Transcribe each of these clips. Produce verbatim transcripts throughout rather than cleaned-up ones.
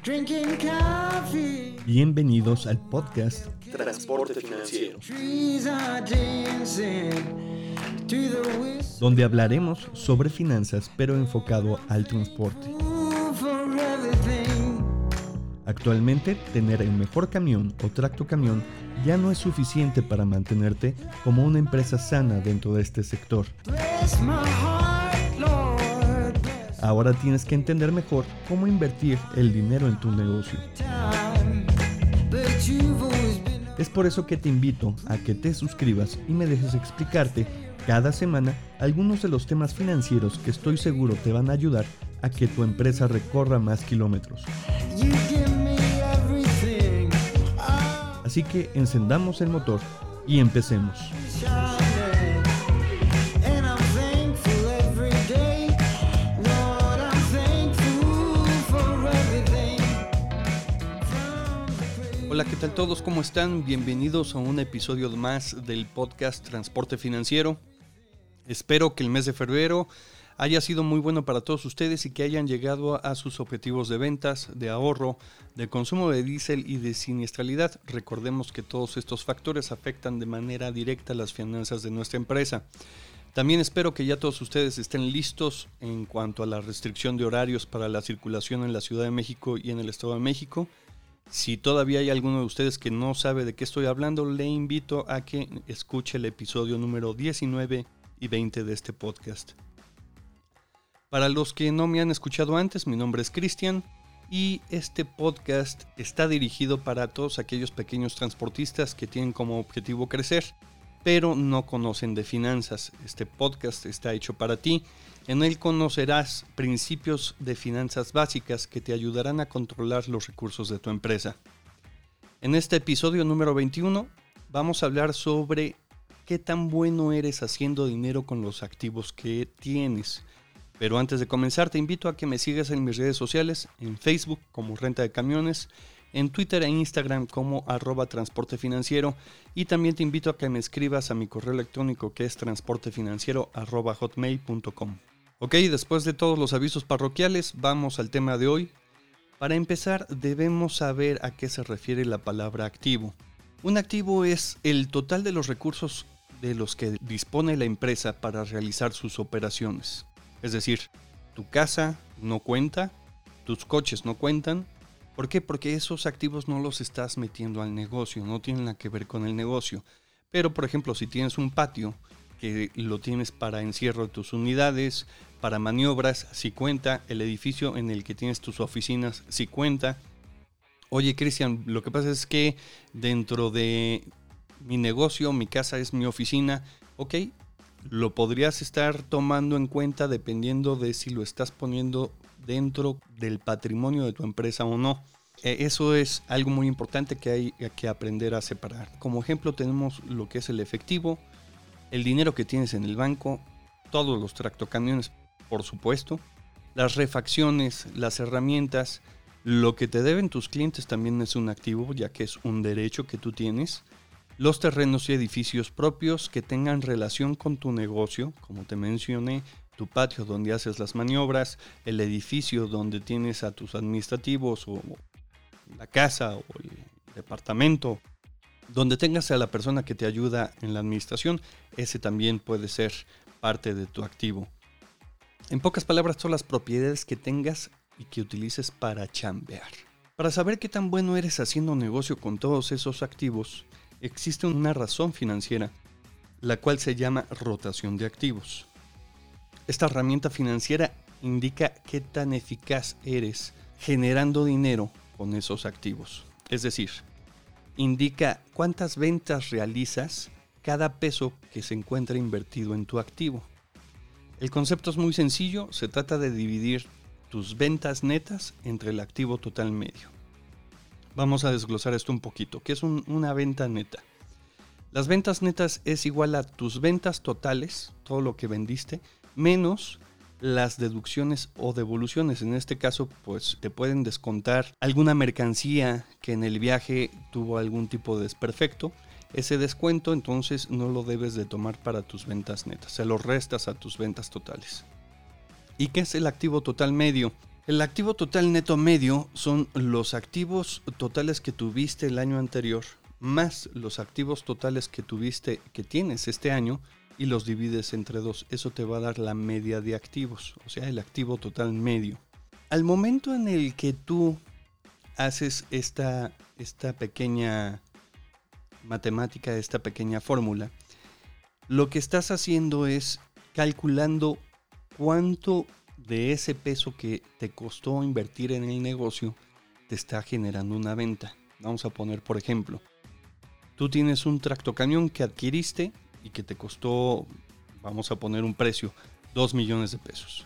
drinking coffee. Bienvenidos al podcast Transporte Financiero, Trees are dancing to the whistle donde hablaremos sobre finanzas pero enfocado al transporte. for everything. Actualmente, tener el mejor camión o tractocamión ya no es suficiente para mantenerte como una empresa sana dentro de este sector. Bless my heart, Lord, bless Ahora tienes que entender mejor cómo invertir el dinero en tu negocio. time. But you've always been Es por eso que te invito a que te suscribas y me dejes explicarte cada semana algunos de los temas financieros que estoy seguro te van a ayudar a que tu empresa recorra más kilómetros. you give me everything. Así que encendamos el motor y empecemos. Shining, and I'm thankful every day. Lord, I'm thankful for everything. Hola, ¿qué tal todos? ¿Cómo están? Bienvenidos a un episodio más del podcast Transporte Financiero. Espero que el mes de febrero haya sido muy bueno para todos ustedes y que hayan llegado a sus objetivos de ventas, de ahorro, de consumo de diésel y de siniestralidad. Recordemos que todos estos factores afectan de manera directa las finanzas de nuestra empresa. También espero que ya todos ustedes estén listos en cuanto a la restricción de horarios para la circulación en la Ciudad de México y en el Estado de México. Si todavía hay alguno de ustedes que no sabe de qué estoy hablando, le invito a que escuche el episodio número diecinueve y veinte de este podcast. Para los que no me han escuchado antes, mi nombre es Cristian y este podcast está dirigido para todos aquellos pequeños transportistas que tienen como objetivo crecer, pero no conocen de finanzas. Este podcast está hecho para ti. En él conocerás principios de finanzas básicas que te ayudarán a controlar los recursos de tu empresa. En este episodio número veintiuno vamos a hablar sobre qué tan bueno eres haciendo dinero con los activos que tienes. Pero antes de comenzar te invito a que me sigas en mis redes sociales, en Facebook como Renta de Camiones, en Twitter e Instagram como arroba transporte financiero, y también te invito a que me escribas a mi correo electrónico que es transportefinanciero arroba hotmail punto com. Ok, después de todos los avisos parroquiales, vamos al tema de hoy. Para empezar, debemos saber a qué se refiere la palabra activo. Un activo es el total de los recursos de los que dispone la empresa para realizar sus operaciones. Es decir, tu casa no cuenta, tus coches no cuentan. ¿Por qué? Porque esos activos no los estás metiendo al negocio, no tienen nada que ver con el negocio. Pero, por ejemplo, si tienes un patio que lo tienes para encierro de tus unidades, para maniobras, si cuenta. El edificio en el que tienes tus oficinas, si cuenta. Oye, Cristian, lo que pasa es que dentro de mi negocio, mi casa es mi oficina. Ok, lo podrías estar tomando en cuenta dependiendo de si lo estás poniendo dentro del patrimonio de tu empresa o no. Eh, eso es algo muy importante que hay que aprender a separar. Como ejemplo tenemos lo que es el efectivo, el dinero que tienes en el banco, todos los tractocamiones, por supuesto, las refacciones, las herramientas, lo que te deben tus clientes también es un activo, ya que es un derecho que tú tienes. Los terrenos y edificios propios que tengan relación con tu negocio, como te mencioné, tu patio donde haces las maniobras, el edificio donde tienes a tus administrativos o la casa o el departamento, donde tengas a la persona que te ayuda en la administración, ese también puede ser parte de tu activo. En pocas palabras, son las propiedades que tengas y que utilices para chambear. Para saber qué tan bueno eres haciendo negocio con todos esos activos, existe una razón financiera, la cual se llama rotación de activos. Esta herramienta financiera indica qué tan eficaz eres generando dinero con esos activos. Es decir, indica cuántas ventas realizas cada peso que se encuentra invertido en tu activo. El concepto es muy sencillo, se trata de dividir tus ventas netas entre el activo total medio. Vamos a desglosar esto un poquito. ¿Qué es un, una venta neta? Las ventas netas es igual a tus ventas totales, todo lo que vendiste, menos las deducciones o devoluciones. En este caso, pues te pueden descontar alguna mercancía que en el viaje tuvo algún tipo de desperfecto. Ese descuento entonces no lo debes de tomar para tus ventas netas, se lo restas a tus ventas totales. ¿Y qué es el activo total medio? El activo total neto medio son los activos totales que tuviste el año anterior, más los activos totales que tuviste, que tienes este año, y los divides entre dos. Eso te va a dar la media de activos, o sea, el activo total medio. Al momento en el que tú haces esta, esta pequeña matemática, esta pequeña fórmula, lo que estás haciendo es calculando cuánto de ese peso que te costó invertir en el negocio te está generando una venta. Vamos a poner, por ejemplo, tú tienes un tractocamión que adquiriste y que te costó, vamos a poner un precio, dos millones de pesos.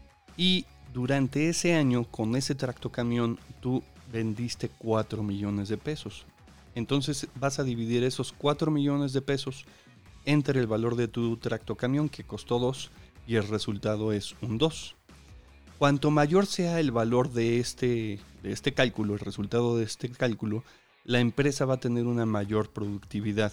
Y durante ese año, con ese tractocamión, tú vendiste cuatro millones de pesos. Entonces vas a dividir esos cuatro millones de pesos entre el valor de tu tractocamión, que costó dos, y el resultado es un dos. Cuanto mayor sea el valor de este, de este cálculo, el resultado de este cálculo, la empresa va a tener una mayor productividad.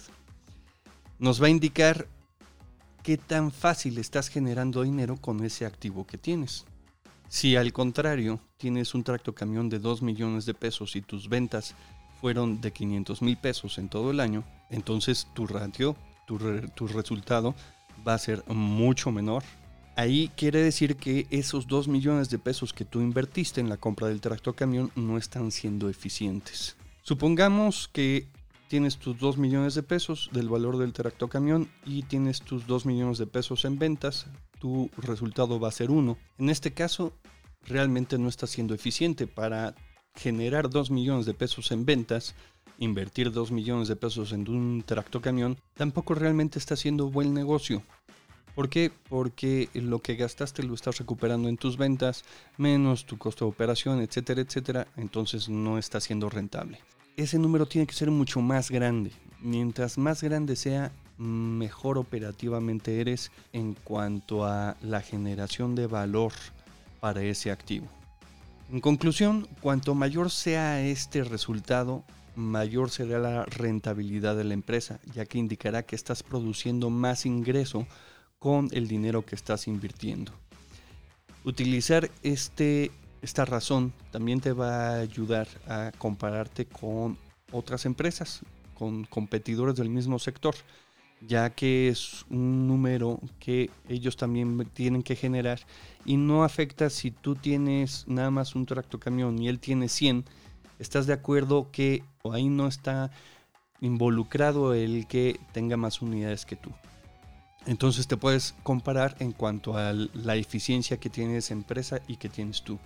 Nos va a indicar qué tan fácil estás generando dinero con ese activo que tienes. Si al contrario tienes un tractocamión de dos millones de pesos y tus ventas fueron de quinientos mil pesos en todo el año, entonces tu ratio, tu, re, tu resultado va a ser mucho menor. Ahí quiere decir que esos dos millones de pesos que tú invertiste en la compra del tractocamión no están siendo eficientes. Supongamos que tienes tus dos millones de pesos del valor del tractocamión y tienes tus dos millones de pesos en ventas, tu resultado va a ser uno. En este caso, realmente no está siendo eficiente. Para generar dos millones de pesos en ventas, invertir dos millones de pesos en un tractocamión, tampoco realmente está siendo buen negocio. ¿Por qué? Porque lo que gastaste lo estás recuperando en tus ventas, menos tu costo de operación, etcétera, etcétera. Entonces no está siendo rentable. Ese número tiene que ser mucho más grande. Mientras más grande sea, mejor operativamente eres en cuanto a la generación de valor para ese activo. En conclusión, cuanto mayor sea este resultado, mayor será la rentabilidad de la empresa, ya que indicará que estás produciendo más ingreso con el dinero que estás invirtiendo. Utilizar este Esta razón también te va a ayudar a compararte con otras empresas, con competidores del mismo sector, ya que es un número que ellos también tienen que generar y no afecta si tú tienes nada más un tractocamión y él tiene cien. ¿Estás de acuerdo que ahí no está involucrado el que tenga más unidades que tú? Entonces te puedes comparar en cuanto a la eficiencia que tiene esa empresa y que tienes tú.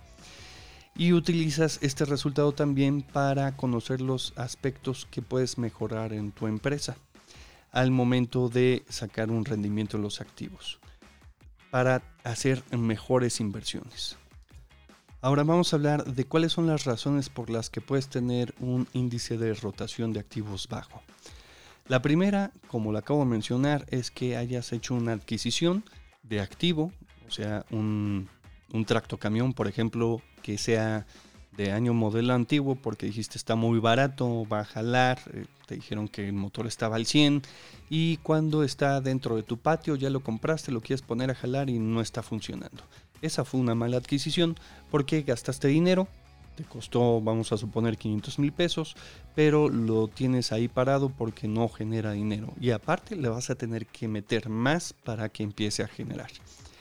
Y utilizas este resultado también para conocer los aspectos que puedes mejorar en tu empresa al momento de sacar un rendimiento de los activos para hacer mejores inversiones. Ahora vamos a hablar de cuáles son las razones por las que puedes tener un índice de rotación de activos bajo. La primera, como lo acabo de mencionar, es que hayas hecho una adquisición de activo, o sea, un, un tractocamión, por ejemplo, que sea de año modelo antiguo porque dijiste está muy barato, va a jalar, eh, te dijeron que el motor estaba al cien y cuando está dentro de tu patio ya lo compraste, lo quieres poner a jalar y no está funcionando. Esa fue una mala adquisición porque gastaste dinero, te costó, vamos a suponer, quinientos mil pesos, pero lo tienes ahí parado porque no genera dinero y aparte le vas a tener que meter más para que empiece a generar.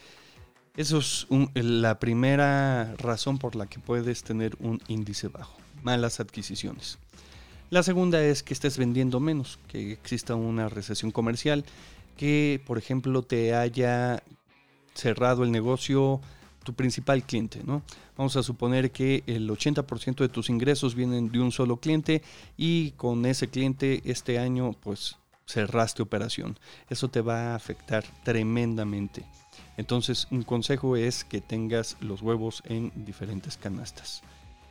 Eso es un, la primera razón por la que puedes tener un índice bajo, malas adquisiciones. La segunda es que estés vendiendo menos, que exista una recesión comercial, que por ejemplo te haya cerrado el negocio tu principal cliente, ¿no? Vamos a suponer que el ochenta por ciento de tus ingresos vienen de un solo cliente y con ese cliente este año pues cerraste operación. Eso te va a afectar tremendamente. Entonces, un consejo es que tengas los huevos en diferentes canastas.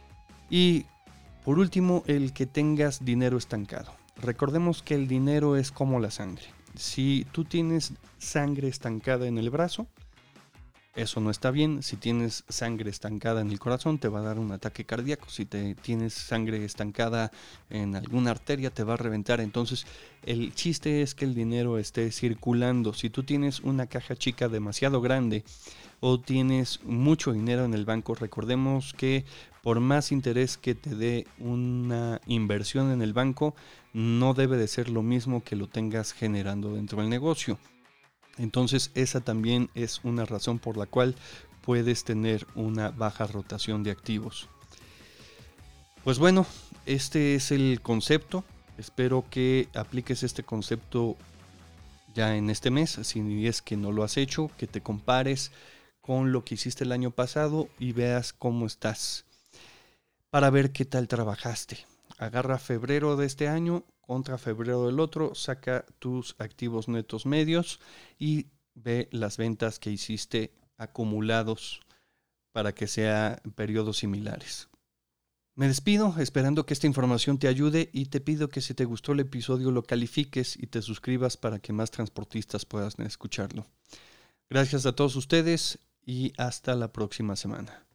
Y por último, el que tengas dinero estancado. Recordemos que el dinero es como la sangre. Si tú tienes sangre estancada en el brazo, eso no está bien. Si tienes sangre estancada en el corazón, te va a dar un ataque cardíaco. Si te tienes sangre estancada en alguna arteria, te va a reventar. Entonces, el chiste es que el dinero esté circulando. Si tú tienes una caja chica demasiado grande o tienes mucho dinero en el banco, recordemos que por más interés que te dé una inversión en el banco, no debe de ser lo mismo que lo tengas generando dentro del negocio. Entonces, esa también es una razón por la cual puedes tener una baja rotación de activos. Pues bueno, este es el concepto. Espero que apliques este concepto ya en este mes, si es que no lo has hecho, que te compares con lo que hiciste el año pasado y veas cómo estás para ver qué tal trabajaste. Agarra febrero de este año contra febrero del otro, saca tus activos netos medios y ve las ventas que hiciste acumulados para que sean periodos similares. Me despido esperando que esta información te ayude y te pido que si te gustó el episodio lo califiques y te suscribas para que más transportistas puedan escucharlo. Gracias a todos ustedes y hasta la próxima semana.